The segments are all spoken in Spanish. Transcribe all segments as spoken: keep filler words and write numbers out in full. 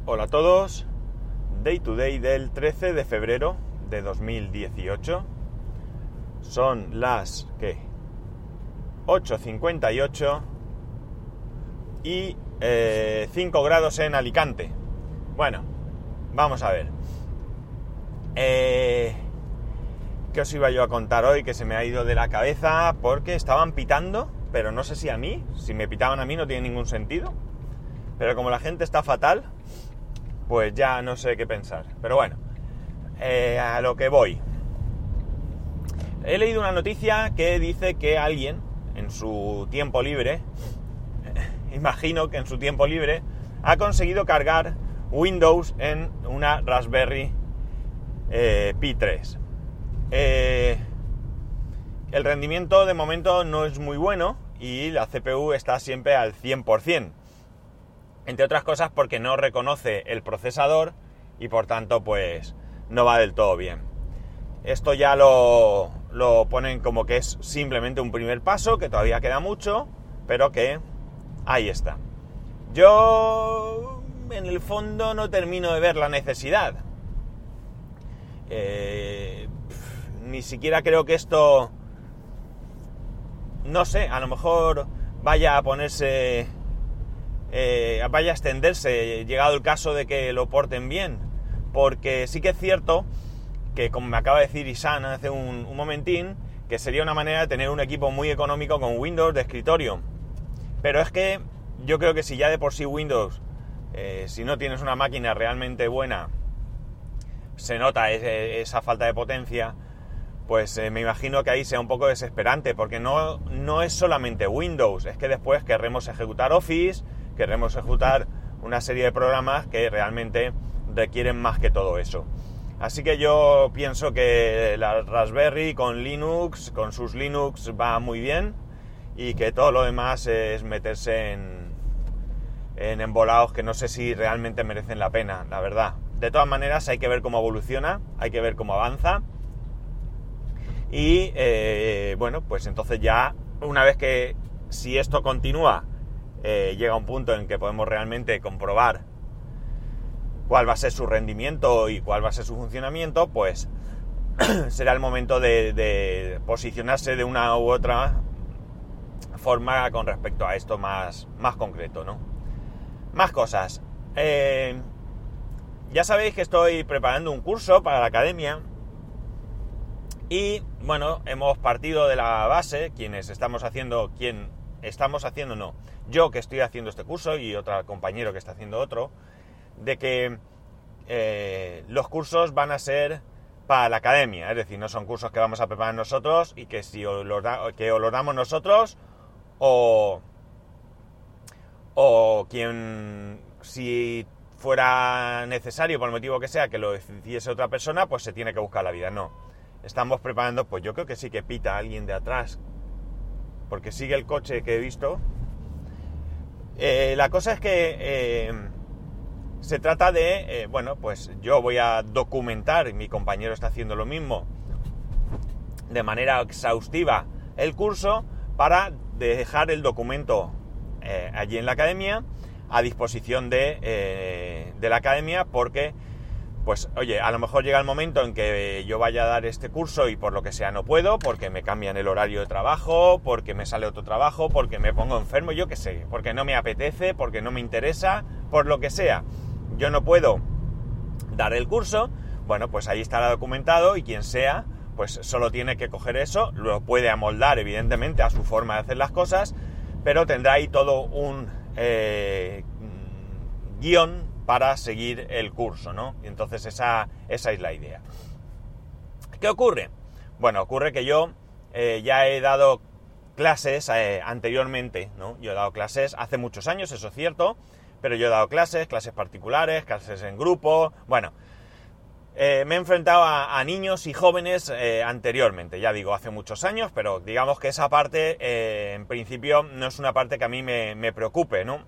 Hola a todos, Day to Day del trece de febrero de dos mil dieciocho. Son las, ¿qué? ocho cincuenta y ocho y eh, cinco grados en Alicante. Bueno, vamos a ver. Eh, ¿Qué os iba yo a contar hoy? Que se me ha ido de la cabeza porque estaban pitando, pero no sé si a mí, si me pitaban a mí no tiene ningún sentido. Pero como la gente está fatal, pues ya no sé qué pensar. Pero bueno, eh, a lo que voy. He leído una noticia que dice que alguien en su tiempo libre, imagino que en su tiempo libre, ha conseguido cargar Windows en una Raspberry eh, Pi tres. Eh, el rendimiento de momento no es muy bueno y la C P U está siempre al cien por ciento. Entre otras cosas porque no reconoce el procesador y por tanto pues no va del todo bien. Esto ya lo, lo ponen como que es simplemente un primer paso, que todavía queda mucho, pero que ahí está. Yo en el fondo no termino de ver la necesidad. Eh, ni siquiera creo que esto, no sé, a lo mejor vaya a ponerse... Eh, vaya a extenderse, llegado el caso de que lo porten bien, porque sí que es cierto que, como me acaba de decir Isan hace un, un momentín, que sería una manera de tener un equipo muy económico con Windows de escritorio, pero es que yo creo que si ya de por sí Windows, eh, si no tienes una máquina realmente buena, se nota ese, esa falta de potencia, pues eh, me imagino que ahí sea un poco desesperante, porque no, no es solamente Windows, es que después querremos ejecutar Office, queremos ejecutar una serie de programas que realmente requieren más que todo eso. Así que yo pienso que la Raspberry con Linux, con sus Linux, va muy bien y que todo lo demás es meterse en, en embolados que no sé si realmente merecen la pena, la verdad. De todas maneras hay que ver cómo evoluciona, hay que ver cómo avanza y eh, bueno, pues entonces ya una vez que si esto continúa, Eh, llega un punto en que podemos realmente comprobar cuál va a ser su rendimiento y cuál va a ser su funcionamiento, pues será el momento de, de posicionarse de una u otra forma con respecto a esto más, más concreto, ¿no? Más cosas. Eh, ya sabéis que estoy preparando un curso para la academia y, bueno, hemos partido de la base, quienes estamos haciendo, quien estamos haciendo, no, yo que estoy haciendo este curso y otro compañero que está haciendo otro, de que eh, los cursos van a ser para la academia, es decir, no son cursos que vamos a preparar nosotros y que si os los, da, que os los damos nosotros o, o quien, si fuera necesario por el motivo que sea que lo hiciese otra persona, pues se tiene que buscar la vida. No, estamos preparando, pues yo creo que sí que pita alguien de atrás, porque sigue el coche que he visto. Eh, la cosa es que eh, se trata de, eh, bueno, pues yo voy a documentar, y mi compañero está haciendo lo mismo, de manera exhaustiva el curso, para dejar el documento eh, allí en la academia, a disposición de, eh, de la academia, porque, pues, oye, a lo mejor llega el momento en que yo vaya a dar este curso y por lo que sea no puedo, porque me cambian el horario de trabajo, porque me sale otro trabajo, porque me pongo enfermo, yo qué sé, porque no me apetece, porque no me interesa, por lo que sea. Yo no puedo dar el curso, bueno, pues ahí estará documentado y quien sea, pues solo tiene que coger eso, lo puede amoldar evidentemente a su forma de hacer las cosas, pero tendrá ahí todo un eh, guión para seguir el curso, ¿no? Y entonces esa, esa es la idea. ¿Qué ocurre? Bueno, ocurre que yo eh, ya he dado clases eh, anteriormente, ¿no? Yo he dado clases hace muchos años, eso es cierto, pero yo he dado clases, clases particulares, clases en grupo, bueno, eh, me he enfrentado a, a niños y jóvenes eh, anteriormente, ya digo, hace muchos años, pero digamos que esa parte, eh, en principio, no es una parte que a mí me, me preocupe, ¿no?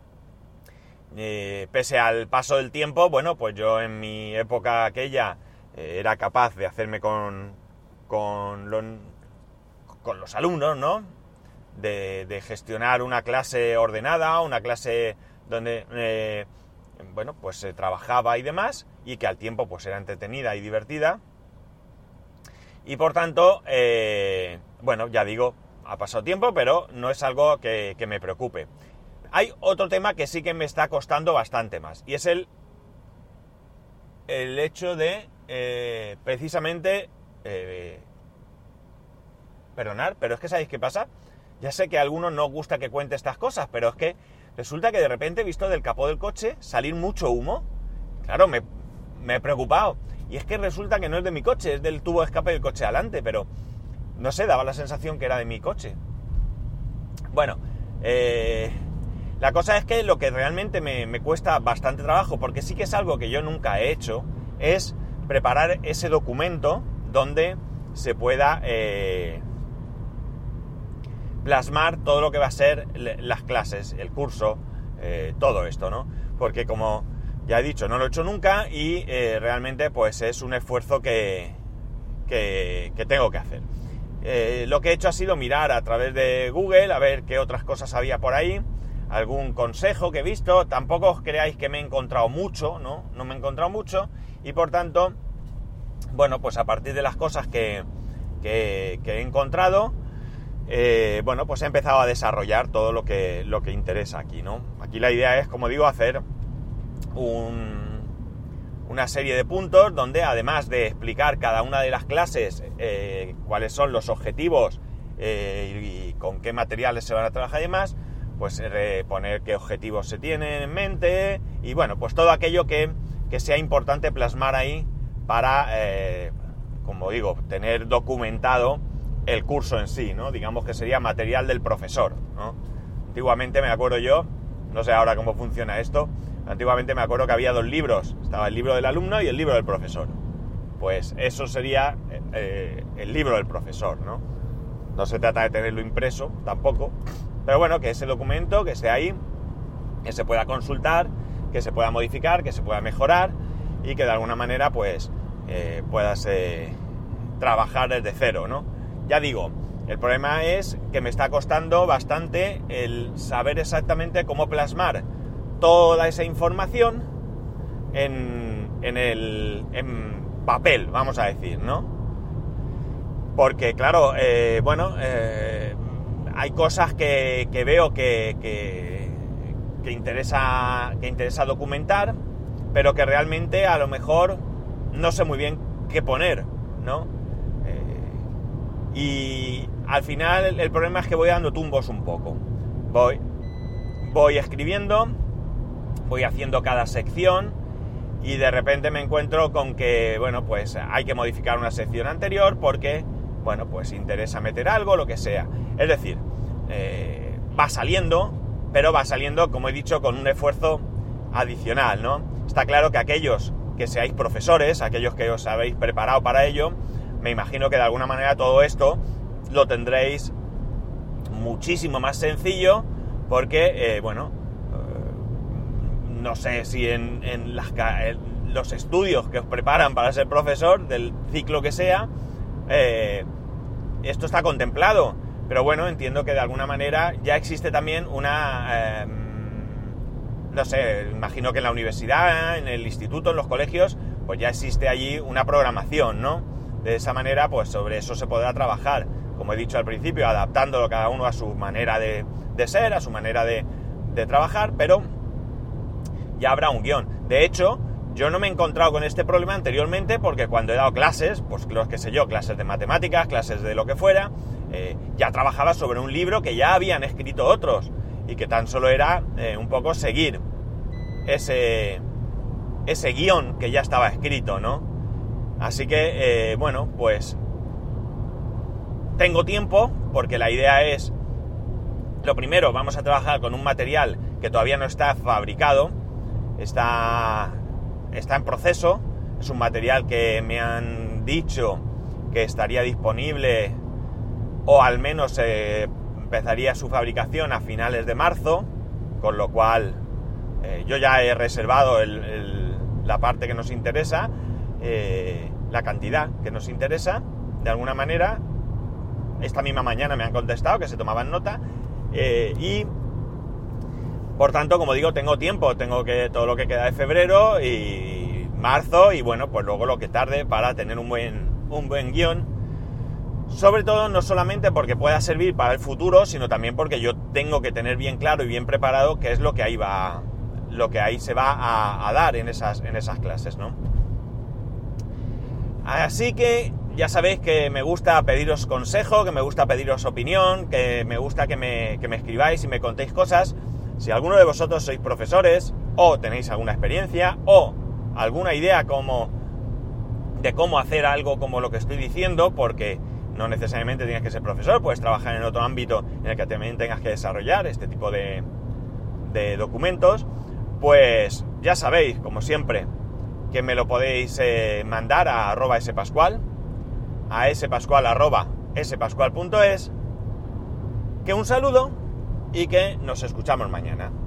Eh, pese al paso del tiempo, bueno, pues yo en mi época aquella eh, era capaz de hacerme con, con, los, con los alumnos, ¿no? De, de gestionar una clase ordenada, una clase donde eh, bueno, pues se trabajaba y demás, y que al tiempo pues era entretenida y divertida. Y por tanto, eh, bueno, ya digo, ha pasado tiempo, pero no es algo que, que me preocupe. Hay otro tema que sí que me está costando bastante más, y es el, el hecho de, eh, precisamente, eh, perdonar, pero es que ¿sabéis qué pasa? Ya sé que a algunos no os gusta que cuente estas cosas, pero es que resulta que de repente he visto del capó del coche salir mucho humo. Claro, me, me he preocupado. Y es que resulta que no es de mi coche, es del tubo de escape del coche adelante, pero no sé, daba la sensación que era de mi coche. Bueno, eh, la cosa es que lo que realmente me, me cuesta bastante trabajo, porque sí que es algo que yo nunca he hecho, es preparar ese documento donde se pueda eh, plasmar todo lo que va a ser las clases, el curso, eh, todo esto, ¿no? Porque como ya he dicho, no lo he hecho nunca y eh, realmente pues es un esfuerzo que, que, que tengo que hacer. Eh, lo que he hecho ha sido mirar a través de Google a ver qué otras cosas había por ahí, algún consejo que he visto. Tampoco os creáis que me he encontrado mucho, ¿no? No me he encontrado mucho y por tanto, bueno, pues a partir de las cosas que, que, que he encontrado, eh, bueno, pues he empezado a desarrollar todo lo que, lo que interesa aquí, ¿no? Aquí la idea es, como digo, hacer un, una serie de puntos donde, además de explicar cada una de las clases, eh, cuáles son los objetivos eh, y, y con qué materiales se van a trabajar y demás, pues eh, poner qué objetivos se tienen en mente y bueno, pues todo aquello que, que sea importante plasmar ahí para, eh, como digo, tener documentado el curso en sí, ¿no? Digamos que sería material del profesor, ¿no? Antiguamente me acuerdo yo, no sé ahora cómo funciona esto, antiguamente me acuerdo que había dos libros, estaba el libro del alumno y el libro del profesor. Pues eso sería eh, el libro del profesor, ¿no? No se trata de tenerlo impreso tampoco, pero bueno, que ese documento, que esté ahí, que se pueda consultar, que se pueda modificar, que se pueda mejorar y que de alguna manera pues eh, puedas eh, trabajar desde cero, ¿no? Ya digo, el problema es que me está costando bastante el saber exactamente cómo plasmar toda esa información en, en el en papel, vamos a decir, ¿no? Porque claro, eh, bueno, eh, hay cosas que, que veo que, que, que, interesa, que interesa documentar, pero que realmente a lo mejor no sé muy bien qué poner, ¿no? Eh, y al final el, el problema es que voy dando tumbos un poco. Voy, voy escribiendo, voy haciendo cada sección y de repente me encuentro con que, bueno, pues hay que modificar una sección anterior porque, bueno, pues interesa meter algo, lo que sea. Es decir, eh, va saliendo, pero va saliendo, como he dicho, con un esfuerzo adicional, ¿no? Está claro que aquellos que seáis profesores, aquellos que os habéis preparado para ello, me imagino que de alguna manera todo esto lo tendréis muchísimo más sencillo porque, eh, bueno, eh, no sé si en, en, las, en los estudios que os preparan para ser profesor, del ciclo que sea, eh, esto está contemplado, pero bueno, entiendo que de alguna manera ya existe también una, eh, no sé, imagino que en la universidad, en el instituto, en los colegios, pues ya existe allí una programación, ¿no? De esa manera, pues sobre eso se podrá trabajar, como he dicho al principio, adaptándolo cada uno a su manera de, de ser, a su manera de, de trabajar, pero ya habrá un guión. De hecho, yo no me he encontrado con este problema anteriormente porque cuando he dado clases, pues los que sé yo, clases de matemáticas, clases de lo que fuera, eh, ya trabajaba sobre un libro que ya habían escrito otros y que tan solo era eh, un poco seguir ese, ese guión que ya estaba escrito, ¿no? Así que, eh, bueno, pues tengo tiempo porque la idea es, lo primero, vamos a trabajar con un material que todavía no está fabricado, está... está en proceso, es un material que me han dicho que estaría disponible o al menos eh, empezaría su fabricación a finales de marzo, con lo cual eh, yo ya he reservado el, el, la parte que nos interesa, eh, la cantidad que nos interesa, de alguna manera. Esta misma mañana me han contestado que se tomaban nota eh, y Por tanto, como digo, tengo tiempo, tengo que todo lo que queda de febrero y marzo y bueno, pues luego lo que tarde para tener un buen, un buen guión. Sobre todo, no solamente porque pueda servir para el futuro, sino también porque yo tengo que tener bien claro y bien preparado qué es lo que ahí va, lo que ahí se va a, a dar en esas, en esas clases, ¿no? Así que ya sabéis que me gusta pediros consejo, que me gusta pediros opinión, que me gusta que me, que me escribáis y me contéis cosas. Si alguno de vosotros sois profesores o tenéis alguna experiencia o alguna idea como de cómo hacer algo como lo que estoy diciendo, porque no necesariamente tienes que ser profesor, puedes trabajar en otro ámbito en el que también tengas que desarrollar este tipo de, de documentos, pues ya sabéis, como siempre, que me lo podéis eh, mandar a arroba spascual, a spascual arroba spascual punto es, que un saludo y que nos escuchamos mañana.